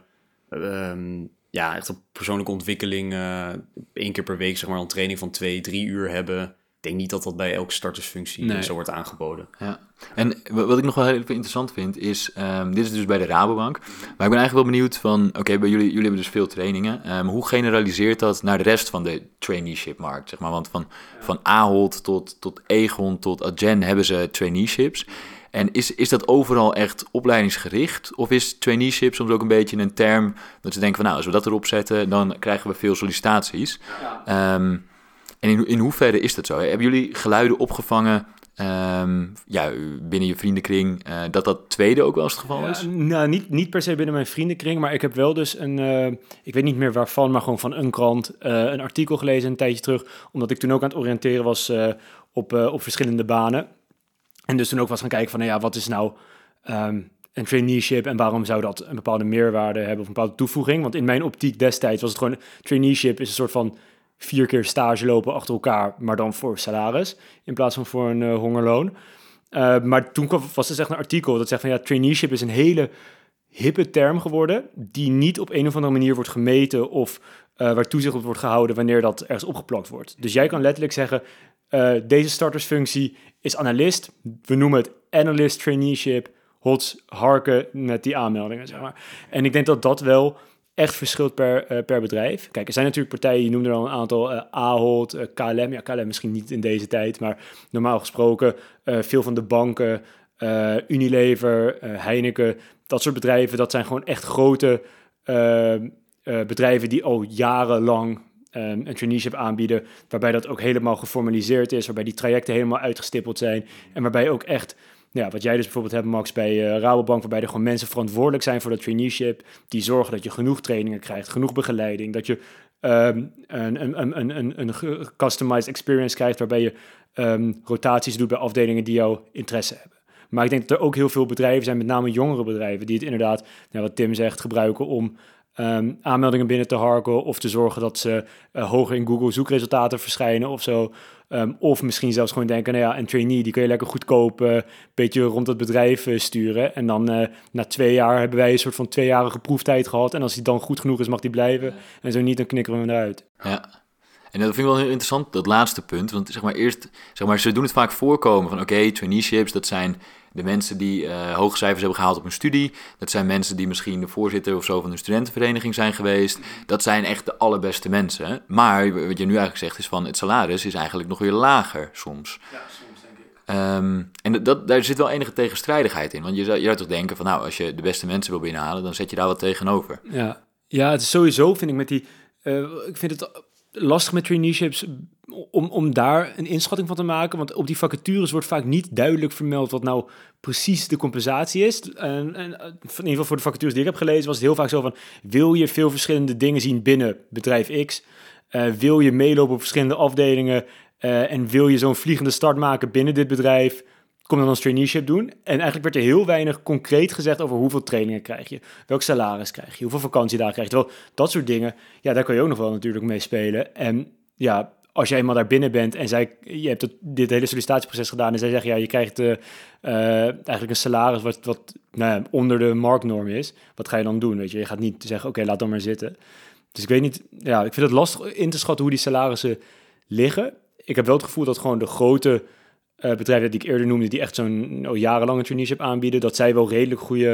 Speaker 4: um, ja, echt op persoonlijke ontwikkeling uh, één keer per week zeg maar een training van twee, drie uur hebben. Ik denk niet dat dat bij elke startersfunctie nee. zo wordt aangeboden.
Speaker 1: Ja. En wat ik nog wel heel interessant vind is, um, dit is dus bij de Rabobank, maar ik ben eigenlijk wel benieuwd van, oké, okay, bij jullie, jullie hebben dus veel trainingen. Um, hoe generaliseert dat naar de rest van de traineeship-markt, zeg maar? Want van, van Ahold tot, tot Aegon tot Adyen hebben ze traineeships. En is, is dat overal echt opleidingsgericht? Of is traineeship soms ook een beetje een term dat ze denken van, nou, als we dat erop zetten, dan krijgen we veel sollicitaties. Ja. Um, en in, in hoeverre is dat zo? Hebben jullie geluiden opgevangen um, ja, binnen je vriendenkring, uh, dat dat tweede ook wel eens het geval is?
Speaker 3: Ja, nou, niet, niet per se binnen mijn vriendenkring, maar ik heb wel dus een, uh, ik weet niet meer waarvan, maar gewoon van een krant, uh, een artikel gelezen een tijdje terug, omdat ik toen ook aan het oriënteren was uh, op, uh, op verschillende banen. En dus toen ook was gaan kijken van, nou ja, wat is nou um, een traineeship en waarom zou dat een bepaalde meerwaarde hebben of een bepaalde toevoeging? Want in mijn optiek destijds was het gewoon, traineeship is een soort van vier keer stage lopen achter elkaar, maar dan voor salaris, in plaats van voor een uh, hongerloon. Uh, maar toen kwam, was er echt een artikel dat zegt van, ja, traineeship is een hele hippe term geworden, die niet op een of andere manier wordt gemeten of uh, waar toezicht op wordt gehouden wanneer dat ergens opgeplakt wordt. Dus jij kan letterlijk zeggen, uh, deze startersfunctie is analist, we noemen het analyst traineeship, hots, harken met die aanmeldingen, zeg maar. En ik denk dat dat wel echt verschilt per, uh, per bedrijf. Kijk, er zijn natuurlijk partijen, je noemde er al een aantal, uh, Ahold, uh, K L M. Ja, K L M misschien niet in deze tijd, maar normaal gesproken uh, veel van de banken, uh, Unilever, uh, Heineken, dat soort bedrijven, dat zijn gewoon echt grote uh, uh, bedrijven die al jarenlang um, een traineeship aanbieden, waarbij dat ook helemaal geformaliseerd is, waarbij die trajecten helemaal uitgestippeld zijn en waarbij ook echt, ja, wat jij dus bijvoorbeeld hebt, Max, bij uh, Rabobank, waarbij er gewoon mensen verantwoordelijk zijn voor dat traineeship, die zorgen dat je genoeg trainingen krijgt, genoeg begeleiding, dat je um, een, een, een, een, een customized experience krijgt, waarbij je um, rotaties doet bij afdelingen die jouw interesse hebben. Maar ik denk dat er ook heel veel bedrijven zijn, met name jongere bedrijven, die het inderdaad, nou, wat Tim zegt, gebruiken om um, aanmeldingen binnen te harken of te zorgen dat ze uh, hoger in Google zoekresultaten verschijnen of zo. Um, of misschien zelfs gewoon denken, nou ja, een trainee, die kun je lekker goedkoop een uh, beetje rond het bedrijf uh, sturen. En dan uh, na twee jaar hebben wij een soort van tweejarige proeftijd gehad. En als die dan goed genoeg is, mag die blijven. Ja. En zo niet, dan knikkeren we hem eruit.
Speaker 1: Ja. En dat vind ik wel heel interessant, dat laatste punt. Want zeg maar eerst, zeg maar, ze doen het vaak voorkomen van, oké, okay, traineeships, dat zijn de mensen die uh, hoge cijfers hebben gehaald op hun studie. Dat zijn mensen die misschien de voorzitter of zo van een studentenvereniging zijn geweest. Dat zijn echt de allerbeste mensen. Maar wat je nu eigenlijk zegt is van, het salaris is eigenlijk nog weer lager soms. Ja, soms denk ik. Um, en dat, daar zit wel enige tegenstrijdigheid in. Want je zou, je zou toch denken van, nou, als je de beste mensen wil binnenhalen, dan zet je daar wat tegenover.
Speaker 3: Ja, ja, het is sowieso, vind ik, met die, uh, ik vind het lastig met traineeships om, om daar een inschatting van te maken. Want op die vacatures wordt vaak niet duidelijk vermeld wat nou precies de compensatie is. En, en in ieder geval voor de vacatures die ik heb gelezen was het heel vaak zo van, wil je veel verschillende dingen zien binnen bedrijf X? Uh, wil je meelopen op verschillende afdelingen? Uh, en wil je zo'n vliegende start maken binnen dit bedrijf? Kom dan als traineeship doen. En eigenlijk werd er heel weinig concreet gezegd over hoeveel trainingen krijg je, welk salaris krijg je, hoeveel vakantiedagen krijg je. Terwijl dat soort dingen, ja, daar kan je ook nog wel natuurlijk mee spelen. En ja, als jij eenmaal daar binnen bent en zij, je hebt het, dit hele sollicitatieproces gedaan en zij zeggen, ja, je krijgt uh, uh, eigenlijk een salaris wat, wat nou ja, onder de marktnorm is. Wat ga je dan doen? Weet je, je gaat niet zeggen, oké, okay, laat dan maar zitten. Dus ik weet niet, ja, ik vind het lastig in te schatten hoe die salarissen liggen. Ik heb wel het gevoel dat gewoon de grote Uh, bedrijven die ik eerder noemde, die echt zo'n oh, jarenlange traineeship aanbieden, dat zij wel redelijk goede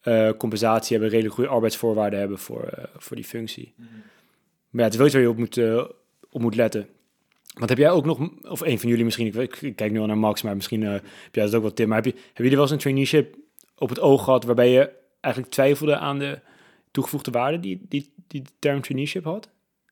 Speaker 3: uh, compensatie hebben, redelijk goede arbeidsvoorwaarden hebben voor, uh, voor die functie. Mm-hmm. Maar ja, het is wel iets waar je op moet, uh, op moet letten. Want heb jij ook nog, of een van jullie misschien, ik, weet, ik kijk nu al naar Max, maar misschien uh, heb jij dat ook wel, Tim, maar heb, je, hebben jullie wel eens een traineeship op het oog gehad waarbij je eigenlijk twijfelde aan de toegevoegde waarde die, die, die de term traineeship had?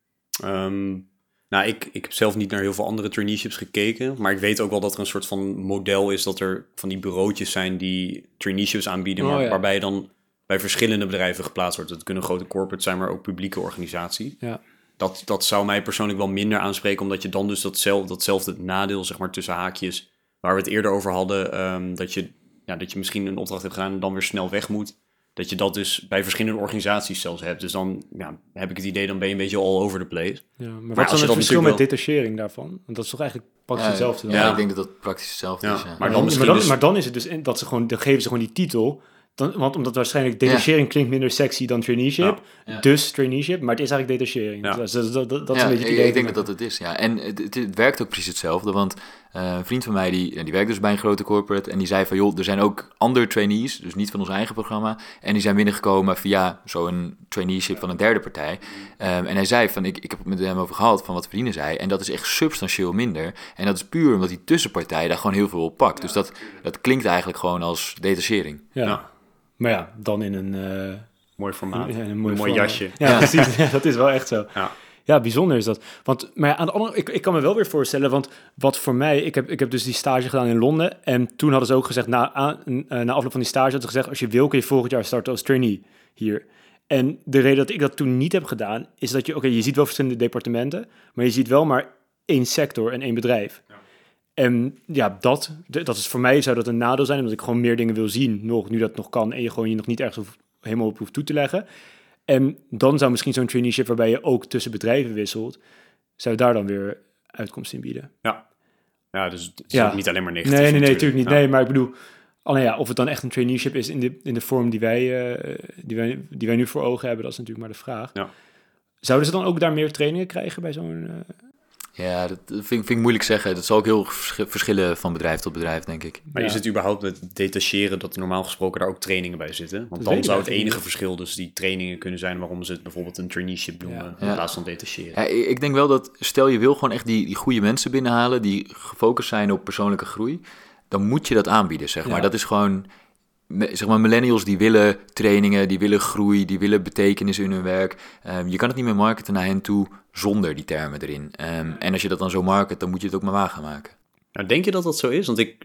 Speaker 4: Um, nou, ik, ik heb zelf niet naar heel veel andere traineeships gekeken, maar ik weet ook wel dat er een soort van model is dat er van die bureautjes zijn die traineeships aanbieden, maar, oh, ja. waarbij je dan bij verschillende bedrijven geplaatst wordt. Het kunnen grote corporates zijn, maar ook publieke organisaties. Ja. Dat, dat zou mij persoonlijk wel minder aanspreken, omdat je dan dus datzelfde, datzelfde nadeel, zeg maar tussen haakjes, waar we het eerder over hadden, um, dat, je, ja, dat je misschien een opdracht hebt gedaan en dan weer snel weg moet. Dat je dat dus bij verschillende organisaties zelfs hebt. Dus dan ja, heb ik het idee, dan ben je een beetje all over the place.
Speaker 3: Ja, maar, maar wat is dan het verschil met wel... detachering daarvan? Want dat is toch eigenlijk praktisch
Speaker 1: ja,
Speaker 3: hetzelfde?
Speaker 1: Ja, ja, ik denk dat dat praktisch hetzelfde
Speaker 4: ja,
Speaker 1: is. Ja.
Speaker 3: Maar, dan maar, dan, dus... maar dan is het dus dat ze gewoon, dan geven ze gewoon die titel. Dan, want omdat waarschijnlijk detachering ja. klinkt minder sexy dan traineeship. Ja. Ja. Dus traineeship, maar het is eigenlijk detachering. Ja. Dus dat, dat, dat, dat is
Speaker 1: ja,
Speaker 3: een beetje het
Speaker 1: idee.
Speaker 3: idee.
Speaker 1: Ik denk dat dat het is, ja. En het, het, het werkt ook precies hetzelfde. Want uh, een vriend van mij, die, die werkt dus bij een grote corporate. En die zei van, joh, er zijn ook andere trainees. Dus niet van ons eigen programma. En die zijn binnengekomen via zo'n traineeship van een derde partij. Um, en hij zei van, ik, ik heb het met hem over gehad van wat verdienen zij. En dat is echt substantieel minder. En dat is puur omdat die tussenpartij daar gewoon heel veel op pakt. Dus dat, dat klinkt eigenlijk gewoon als detachering.
Speaker 3: Ja. ja. Maar ja, dan in een... Uh,
Speaker 4: mooi formaat.
Speaker 3: In, in een
Speaker 4: mooi, mooi jasje.
Speaker 3: Ja, ja. precies. Ja, dat is wel echt zo.
Speaker 4: Ja,
Speaker 3: ja bijzonder is dat. Want, maar ja, aan de andere, ik, ik kan me wel weer voorstellen, want wat voor mij... Ik heb, ik heb dus die stage gedaan in Londen. En toen hadden ze ook gezegd, na, aan, uh, na afloop van die stage... hadden ze gezegd, als je wil kun je volgend jaar starten als trainee hier. En de reden dat ik dat toen niet heb gedaan... is dat je, oké, okay, je ziet wel verschillende departementen... maar je ziet wel maar één sector en één bedrijf. Ja. En ja, dat, dat is voor mij zou dat een nadeel zijn, omdat ik gewoon meer dingen wil zien, nog, nu dat nog kan, en je gewoon je nog niet ergens hoeft, helemaal op hoeft toe te leggen. En dan zou misschien zo'n traineeship waarbij je ook tussen bedrijven wisselt, zou daar dan weer uitkomst in bieden.
Speaker 4: Ja, ja dus het is ja. niet alleen maar negatief.
Speaker 3: Nee, nee, nee,
Speaker 4: natuurlijk,
Speaker 3: natuurlijk niet.
Speaker 4: Ja.
Speaker 3: Nee, maar ik bedoel, alleen ja, of het dan echt een traineeship is in de, in de vorm die wij, uh, die, wij, die wij nu voor ogen hebben, dat is natuurlijk maar de vraag.
Speaker 4: Ja.
Speaker 3: Zouden ze dan ook daar meer trainingen krijgen bij zo'n... Uh,
Speaker 1: Ja, dat vind, vind ik moeilijk zeggen. Dat zal ook heel verschillen van bedrijf tot bedrijf, denk ik.
Speaker 4: Maar
Speaker 3: ja.
Speaker 4: is het überhaupt met detacheren dat er normaal gesproken daar ook trainingen bij zitten? Want
Speaker 3: dat
Speaker 4: dan zou het enige niet. verschil dus die trainingen kunnen zijn waarom ze het bijvoorbeeld een traineeship noemen
Speaker 3: ja.
Speaker 4: in
Speaker 1: ja.
Speaker 4: plaats van detacheren.
Speaker 1: Ja, ik denk wel dat, stel je wil gewoon echt die, die goede mensen binnenhalen die gefocust zijn op persoonlijke groei, dan moet je dat aanbieden, zeg maar. Ja. Dat is gewoon... Zeg maar, millennials die willen trainingen, die willen groei, die willen betekenis in hun werk. Um, je kan het niet meer marketen naar hen toe zonder die termen erin. Um, en als je dat dan zo market, dan moet je het ook maar waar gaan maken.
Speaker 4: Nou, denk je dat dat zo is? Want ik,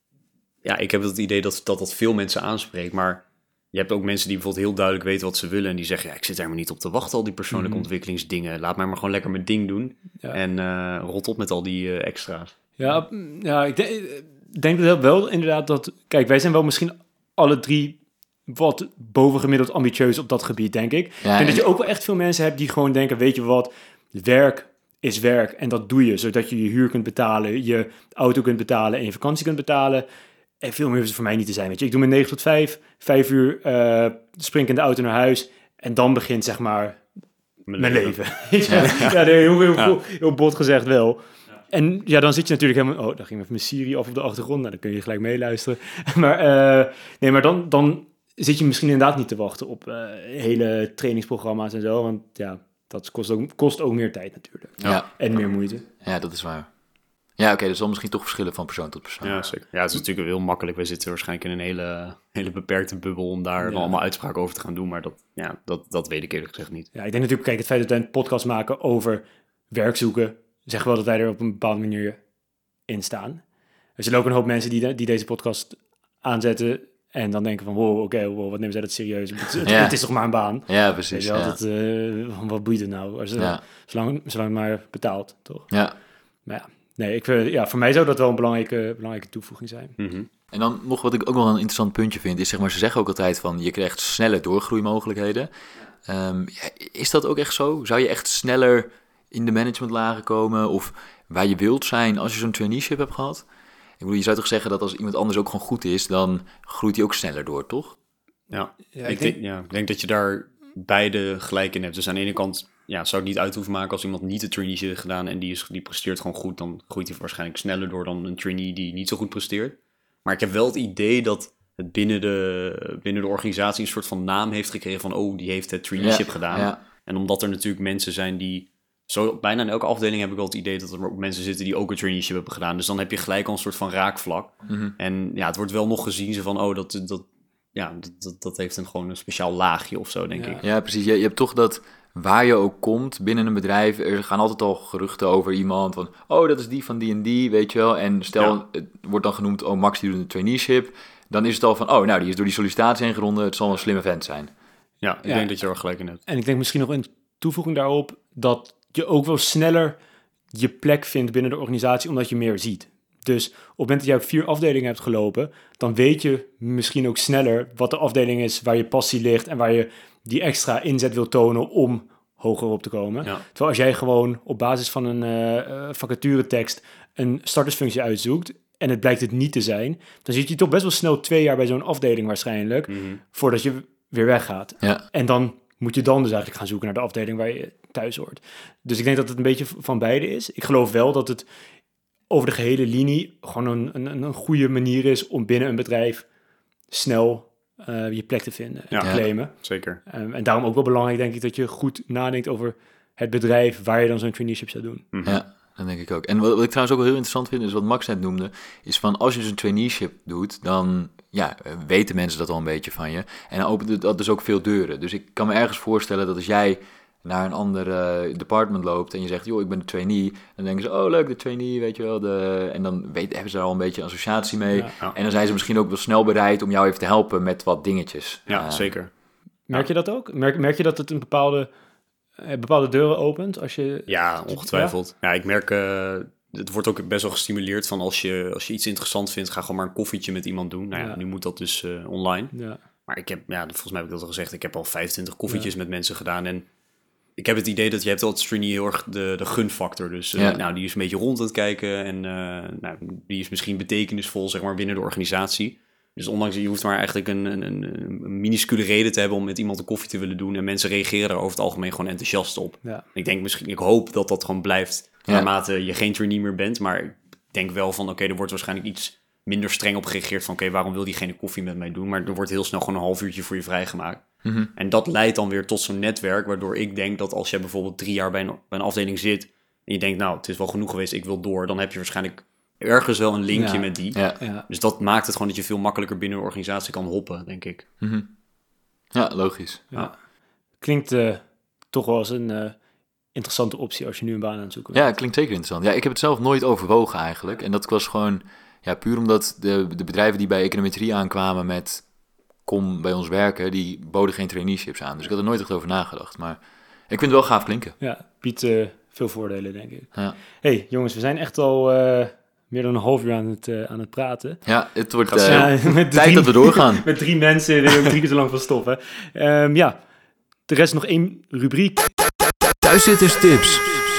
Speaker 4: ja, ik heb het idee dat, dat dat veel mensen aanspreekt, maar je hebt ook mensen die bijvoorbeeld heel duidelijk weten wat ze willen en die zeggen, ja, ik zit er maar niet op te wachten, al die persoonlijke mm-hmm. ontwikkelingsdingen. Laat mij maar gewoon lekker mijn ding doen ja. en uh, rot op met al die uh, extra's.
Speaker 3: Ja, ja ik denk, denk dat wel inderdaad dat... Kijk, wij zijn wel misschien... alle drie wat bovengemiddeld ambitieus op dat gebied, denk ik. Ja, ik denk dat je ook wel echt veel mensen hebt die gewoon denken, weet je wat, werk is werk en dat doe je, zodat je je huur kunt betalen, je auto kunt betalen en je vakantie kunt betalen. En veel meer hoeft het voor mij niet te zijn, weet je. Ik doe mijn negen tot vijf, vijf uur uh, spring ik in de auto naar huis en dan begint, zeg maar, mijn, mijn leven. leven. ja, ja. ja nee, heel, heel, heel, heel bot gezegd wel. En ja, dan zit je natuurlijk helemaal... Oh, daar ging even mijn Siri af op de achtergrond. Nou, dan kun je gelijk meeluisteren. maar uh, nee, maar dan, dan zit je misschien inderdaad niet te wachten op uh, hele trainingsprogramma's en zo. Want ja, dat kost ook, kost ook meer tijd natuurlijk.
Speaker 1: Ja.
Speaker 3: En meer moeite.
Speaker 1: Ja, dat is waar. Ja, oké, okay, dat zal misschien toch verschillen van persoon tot persoon.
Speaker 4: Ja, zeker. Ja, het is natuurlijk heel makkelijk. Wij zitten waarschijnlijk in een hele, hele beperkte bubbel om daar ja. allemaal uitspraken over te gaan doen. Maar dat, ja, dat, dat weet ik eerlijk gezegd niet.
Speaker 3: Ja, ik denk natuurlijk, kijk, het feit dat wij een podcast maken over werk zoeken, zeggen wel dat wij er op een bepaalde manier in staan. Er zijn ook een hoop mensen die, de, die deze podcast aanzetten en dan denken van, wow, oké, okay, wow, wat nemen zij dat serieus? Het, het, ja. het is toch maar een baan?
Speaker 1: Ja, precies.
Speaker 3: Weet je wel,
Speaker 1: ja.
Speaker 3: dat, uh, wat boeit het nou? Als, ja. zolang, zolang het maar betaalt, toch?
Speaker 1: Ja.
Speaker 3: Maar ja, nee, ik, ja, voor mij zou dat wel een belangrijke, belangrijke toevoeging zijn.
Speaker 4: Mm-hmm.
Speaker 1: En dan nog wat ik ook wel een interessant puntje vind, is zeg maar, ze zeggen ook altijd van, je krijgt snelle doorgroeimogelijkheden. Um, ja, is dat ook echt zo? Zou je echt sneller in de managementlagen komen of waar je wilt zijn als je zo'n traineeship hebt gehad? Ik bedoel, je zou toch zeggen dat als iemand anders ook gewoon goed is, dan groeit hij ook sneller door, toch?
Speaker 4: Ja, ja, ik, ik, denk, denk, ja, ik denk dat je daar beide gelijk in hebt. Dus aan de ene kant ja, zou het niet uit hoeven maken als iemand niet de traineeship heeft gedaan en die, is, die presteert gewoon goed, dan groeit hij waarschijnlijk sneller door dan een trainee die niet zo goed presteert. Maar ik heb wel het idee dat het binnen de, binnen de organisatie een soort van naam heeft gekregen van, oh, die heeft het traineeship
Speaker 1: Ja,
Speaker 4: gedaan.
Speaker 1: ja.
Speaker 4: En omdat er natuurlijk mensen zijn die, zo bijna in elke afdeling heb ik wel het idee dat er ook mensen zitten die ook een traineeship hebben gedaan. Dus dan heb je gelijk al een soort van raakvlak.
Speaker 1: Mm-hmm.
Speaker 4: En ja, het wordt wel nog gezien zo van, oh, dat, dat, ja, dat, dat, dat heeft een, gewoon een speciaal laagje of zo, denk
Speaker 3: Ja.
Speaker 4: ik.
Speaker 1: Ja, precies. Je, je hebt toch dat, waar je ook komt binnen een bedrijf, er gaan altijd al geruchten over iemand van, oh, dat is die van die en die, weet je wel. En stel,
Speaker 4: Ja.
Speaker 1: het wordt dan genoemd, oh, Max die doet een traineeship. Dan is het al van, oh, nou, die is door die sollicitatie heen geronden, het zal een slimme vent zijn.
Speaker 4: Ja, ik
Speaker 3: Ja.
Speaker 4: denk dat je er wel gelijk in hebt.
Speaker 3: En ik denk misschien nog een toevoeging daarop, dat je ook wel sneller je plek vindt binnen de organisatie, omdat je meer ziet. Dus op het moment dat jij op vier afdelingen hebt gelopen, dan weet je misschien ook sneller wat de afdeling is waar je passie ligt en waar je die extra inzet wil tonen om hoger op te komen.
Speaker 4: Ja.
Speaker 3: Terwijl als jij gewoon op basis van een uh, vacaturetekst een startersfunctie uitzoekt en het blijkt het niet te zijn, dan zit je toch best wel snel twee jaar bij zo'n afdeling waarschijnlijk,
Speaker 4: Mm-hmm.
Speaker 3: voordat je weer weggaat.
Speaker 1: Ja,
Speaker 3: En dan moet je dan dus eigenlijk gaan zoeken naar de afdeling waar je thuis hoort. Dus ik denk dat het een beetje van beide is. Ik geloof wel dat het over de gehele linie gewoon een, een, een goede manier is om binnen een bedrijf snel uh, je plek te vinden en
Speaker 4: Ja.
Speaker 3: te
Speaker 1: Ja.
Speaker 3: claimen.
Speaker 4: Zeker.
Speaker 3: Um, en daarom ook wel belangrijk, denk ik, dat je goed nadenkt over het bedrijf waar je dan zo'n traineeship zou doen.
Speaker 4: Mm-hmm.
Speaker 1: ja, dat denk ik ook. En wat, wat ik trouwens ook wel heel interessant vind, is wat Max net noemde, is van als je dus een traineeship doet, dan ja, weten mensen dat al een beetje van je. En dan opent dat dus ook veel deuren. Dus ik kan me ergens voorstellen dat als jij naar een ander uh, department loopt en je zegt, joh, ik ben de trainee, dan denken ze, oh, leuk, de trainee, weet je wel. De... En dan weet, hebben ze daar al een beetje associatie mee.
Speaker 3: Ja.
Speaker 4: Ja.
Speaker 1: En dan zijn ze misschien ook wel snel bereid om jou even te helpen met wat dingetjes.
Speaker 4: Ja,
Speaker 1: Uh,
Speaker 4: zeker.
Speaker 3: Merk je dat ook? Merk, merk je dat het een bepaalde, uh, bepaalde deuren opent als je...
Speaker 4: Ja, ongetwijfeld. Ja, ik merk, uh, het wordt ook best wel gestimuleerd van als je, als je iets interessant vindt, ga gewoon maar een koffietje met iemand doen. Nou ja,
Speaker 3: Ja.
Speaker 4: nu moet dat dus uh, online.
Speaker 3: Ja.
Speaker 4: Maar ik heb, ja, volgens mij heb ik dat al gezegd, ik heb al vijfentwintig koffietjes ja. met mensen gedaan. En ik heb het idee dat je hebt als trainee heel erg de, de gunfactor. Dus uh,
Speaker 1: Ja.
Speaker 4: nou, die is een beetje rond aan het kijken en uh, nou, die is misschien betekenisvol, zeg maar, binnen de organisatie. Dus ondanks, je hoeft maar eigenlijk een, een, een minuscule reden te hebben om met iemand een koffie te willen doen. En mensen reageren er over het algemeen gewoon enthousiast op.
Speaker 3: Ja.
Speaker 4: Ik denk misschien, ik hoop dat dat gewoon blijft
Speaker 1: Ja.
Speaker 4: naarmate je geen trainee meer bent. Maar ik denk wel van, oké, okay, er wordt waarschijnlijk iets minder streng op gereageerd van, oké, okay, waarom wil diegene koffie met mij doen? Maar er wordt heel snel gewoon een half uurtje voor je vrijgemaakt.
Speaker 1: Mm-hmm.
Speaker 4: En dat leidt dan weer tot zo'n netwerk, waardoor ik denk dat als jij bijvoorbeeld drie jaar bij een, bij een afdeling zit en je denkt, nou, het is wel genoeg geweest, ik wil door, dan heb je waarschijnlijk ergens wel een linkje
Speaker 3: Ja.
Speaker 4: met die.
Speaker 1: Ja.
Speaker 3: Ja.
Speaker 4: Dus dat maakt het gewoon dat je veel makkelijker binnen een organisatie kan hoppen, denk ik.
Speaker 1: Mm-hmm. Ja, logisch.
Speaker 3: Ja. Klinkt uh, toch wel als een uh, interessante optie als je nu een baan aan het zoeken
Speaker 1: Ja,
Speaker 3: bent.
Speaker 1: klinkt zeker interessant. Ja, ik heb het zelf nooit overwogen eigenlijk. En dat was gewoon, ja, puur omdat de, de bedrijven die bij econometrie aankwamen met kom bij ons werken, die boden geen traineeships aan. Dus ik had er nooit echt over nagedacht. Maar ik vind het wel gaaf klinken.
Speaker 3: Ja, biedt uh, veel voordelen, denk ik.
Speaker 1: Ja,
Speaker 3: hey, jongens, we zijn echt al uh, meer dan een half uur aan het, uh, aan het praten.
Speaker 1: ja het wordt
Speaker 4: Gaat
Speaker 1: uh,
Speaker 3: Ja, met
Speaker 1: tijd
Speaker 3: drie-
Speaker 1: dat we doorgaan.
Speaker 3: Met drie mensen, daar wil ik drie keer zo lang van stoppen. Um, ja, de rest nog één rubriek.
Speaker 2: Thuiszitterstips.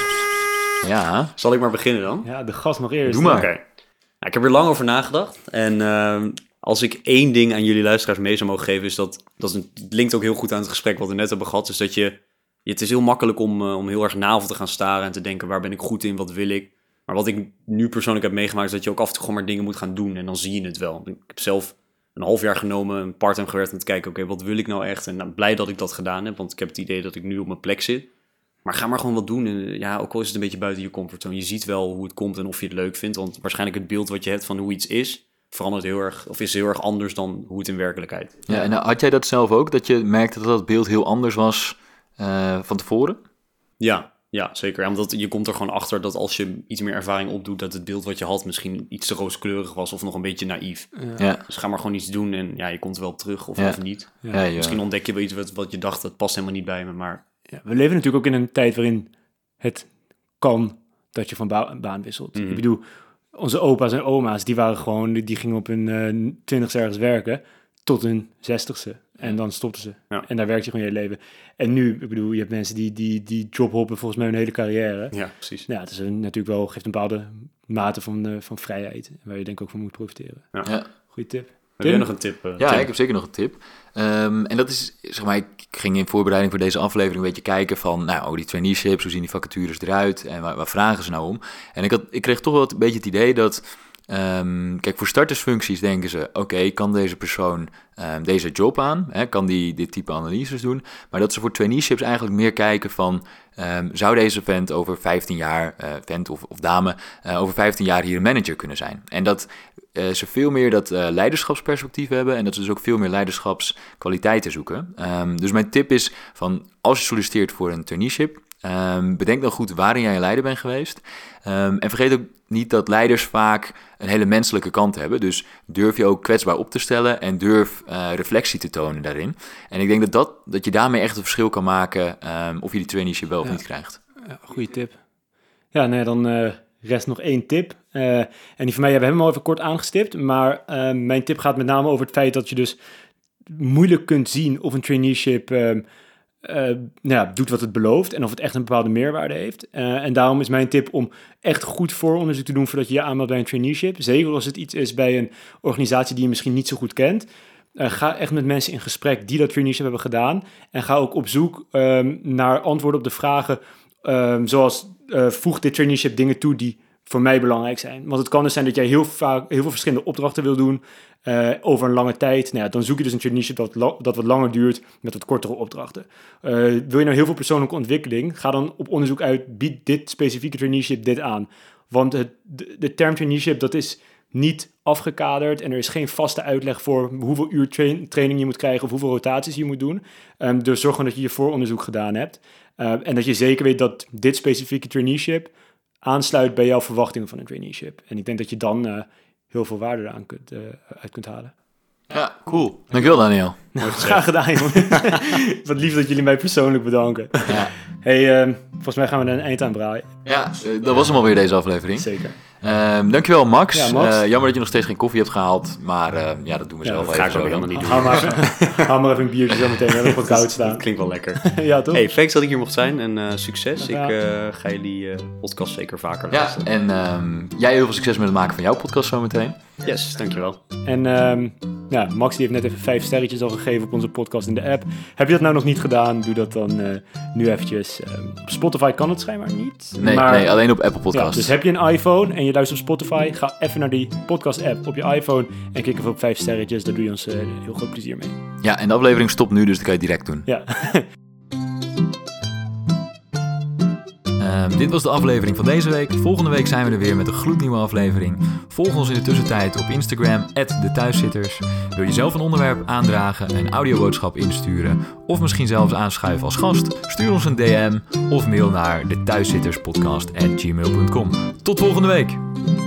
Speaker 1: Ja,
Speaker 4: Zal ik maar beginnen dan?
Speaker 3: Ja, de gast nog eerst.
Speaker 1: Doe maar.
Speaker 4: Oké. Nou, ik heb er lang over nagedacht. En uh, als ik één ding aan jullie luisteraars mee zou mogen geven, is dat, dat is een, het linkt ook heel goed aan het gesprek wat we net hebben gehad, is dat je, het is heel makkelijk om, uh, om heel erg navel te gaan staren en te denken, waar ben ik goed in, wat wil ik? Maar wat ik nu persoonlijk heb meegemaakt, is dat je ook af en toe gewoon maar dingen moet gaan doen en dan zie je het wel. Ik heb zelf een half jaar genomen, een part-time gewerkt en te kijken, oké, okay, wat wil ik nou echt? En nou, blij dat ik dat gedaan heb, want ik heb het idee dat ik nu op mijn plek zit. Maar ga maar gewoon wat doen. En ja, ook al is het een beetje buiten je comfortzone. Je ziet wel hoe het komt en of je het leuk vindt. Want waarschijnlijk het beeld wat je hebt van hoe iets is, verandert heel erg, of is heel erg anders dan hoe het in werkelijkheid.
Speaker 1: ja, en had jij dat zelf ook? Dat je merkte dat dat beeld heel anders was uh, van tevoren?
Speaker 4: Ja, ja, zeker. Ja, omdat je komt er gewoon achter dat als je iets meer ervaring opdoet, dat het beeld wat je had misschien iets te rooskleurig was of nog een beetje naïef.
Speaker 3: Ja.
Speaker 1: Ja,
Speaker 4: Dus ga maar gewoon iets doen en ja, je komt er wel op terug of
Speaker 1: Ja.
Speaker 4: even niet.
Speaker 3: Ja.
Speaker 1: ja, ja.
Speaker 4: Misschien ontdek je wel iets wat, wat je dacht, dat past helemaal niet bij me, maar
Speaker 3: Ja, we leven natuurlijk ook in een tijd waarin het kan dat je van ba- baan wisselt.
Speaker 4: Mhm.
Speaker 3: Ik bedoel, onze opa's en oma's, die waren gewoon, die, die gingen op hun uh, twintigste ergens werken tot hun zestigste. En dan stopten ze.
Speaker 4: Ja.
Speaker 3: En daar werkt je gewoon je hele leven. En nu, ik bedoel, je hebt mensen die, die, die jobhoppen volgens mij hun hele carrière.
Speaker 4: ja, precies.
Speaker 3: Nou, het is een, natuurlijk wel, geeft een bepaalde mate van, uh, van vrijheid, waar je denk ik ook van moet profiteren.
Speaker 1: Ja.
Speaker 3: Goeie tip.
Speaker 4: Heb jij
Speaker 3: Tim?
Speaker 4: nog een tip? Uh,
Speaker 1: Ja,
Speaker 4: Tim?
Speaker 1: ik heb zeker nog een tip. Um, en dat is, zeg maar, ik ging in voorbereiding voor deze aflevering een beetje kijken van, nou, oh, die traineeships, hoe zien die vacatures eruit en waar, waar vragen ze nou om? En ik, had, ik kreeg toch wel een beetje het idee dat Um, kijk, voor startersfuncties denken ze, oké, okay, kan deze persoon um, deze job aan? Hè? Kan die dit type analyses doen? Maar dat ze voor traineeships eigenlijk meer kijken van, um, zou deze vent over vijftien jaar, uh, vent of, of dame, uh, over vijftien jaar hier een manager kunnen zijn? En dat uh, ze veel meer dat uh, leiderschapsperspectief hebben en dat ze dus ook veel meer leiderschapskwaliteiten zoeken. Um, dus mijn tip is van, als je solliciteert voor een traineeship, Um, bedenk dan goed waarin jij een leider bent geweest. Um, en vergeet ook niet dat leiders vaak een hele menselijke kant hebben. Dus durf je ook kwetsbaar op te stellen en durf uh, reflectie te tonen daarin. En ik denk dat, dat, dat je daarmee echt een verschil kan maken um, of je die traineeship wel of ja. niet krijgt.
Speaker 3: Ja, goeie tip. Ja, nee, dan uh, rest nog één tip. Uh, en die van mij hebben we hem al even kort aangestipt. Maar uh, mijn tip gaat met name over het feit dat je dus moeilijk kunt zien of een traineeship Uh, Uh, nou ja, doet wat het belooft en of het echt een bepaalde meerwaarde heeft. Uh, en daarom is mijn tip om echt goed vooronderzoek te doen voordat je je aanmeldt bij een traineeship. Zeker als het iets is bij een organisatie die je misschien niet zo goed kent. Uh, ga echt met mensen in gesprek die dat traineeship hebben gedaan. En ga ook op zoek um, naar antwoorden op de vragen um, zoals uh, voegt dit traineeship dingen toe die voor mij belangrijk zijn. Want het kan dus zijn dat jij heel vaak heel veel verschillende opdrachten wil doen uh, over een lange tijd. Nou ja, dan zoek je dus een traineeship dat, la- dat wat langer duurt met wat kortere opdrachten. Uh, wil je nou heel veel persoonlijke ontwikkeling? Ga dan op onderzoek uit, biedt dit specifieke traineeship dit aan? Want het, de, de term traineeship, dat is niet afgekaderd en er is geen vaste uitleg voor hoeveel uur tra- training je moet krijgen of hoeveel rotaties je moet doen. Um, dus zorg gewoon dat je je vooronderzoek gedaan hebt. Uh, en dat je zeker weet dat dit specifieke traineeship aansluit bij jouw verwachtingen van een traineeship. En ik denk dat je dan uh, heel veel waarde eraan kunt, uh, uit kunt halen.
Speaker 1: Ja, cool. Dankjewel, Daniel.
Speaker 3: Nou, graag gedaan, jongen. Wat lief dat jullie mij persoonlijk bedanken. Ja. Hey, uh, volgens mij gaan we er een eind aan braaien.
Speaker 1: Ja, uh, dat was hem alweer deze aflevering.
Speaker 3: Zeker.
Speaker 1: Um, dankjewel, Max.
Speaker 3: Ja, Max.
Speaker 1: Uh, jammer dat je nog steeds geen koffie hebt gehaald, maar uh, ja, dat doen we
Speaker 4: ja,
Speaker 1: zelf
Speaker 4: dat
Speaker 1: even.
Speaker 4: ga ik ook helemaal niet doen.
Speaker 3: Hou maar, hou maar even een biertje zo meteen. We hebben wat koud staan.
Speaker 4: Dat klinkt wel lekker.
Speaker 3: Ja, toch?
Speaker 4: Hey, thanks dat ik hier mocht zijn en uh, succes.
Speaker 3: Ja.
Speaker 4: Ik uh, ga jullie uh, podcast zeker vaker
Speaker 1: ja,
Speaker 4: luisteren.
Speaker 1: En um, jij heel veel succes met het maken van jouw podcast zometeen.
Speaker 4: Yes, dankjewel.
Speaker 3: En um, ja, Max die heeft net even vijf sterretjes al gegeven op onze podcast in de app. Heb je dat nou nog niet gedaan? Doe dat dan uh, nu eventjes. Um, op Spotify kan het schijnbaar niet.
Speaker 1: Nee,
Speaker 3: maar,
Speaker 1: nee, alleen op Apple Podcasts.
Speaker 3: Ja, dus heb je een iPhone en je luistert op Spotify, ga even naar die podcast-app op je iPhone en klik even op vijf sterretjes. Daar doe je ons uh, heel groot plezier mee.
Speaker 1: Ja, en de aflevering stopt nu, dus dat kan je direct doen.
Speaker 3: Ja.
Speaker 2: Um, dit was de aflevering van deze week. Volgende week zijn we er weer met een gloednieuwe aflevering. Volg ons in de tussentijd op Instagram, at de thuiszitters. Wil je zelf een onderwerp aandragen, een audioboodschap insturen of misschien zelfs aanschuiven als gast? Stuur ons een D M of mail naar de thuiszitterspodcast at gmail dot com. Tot volgende week!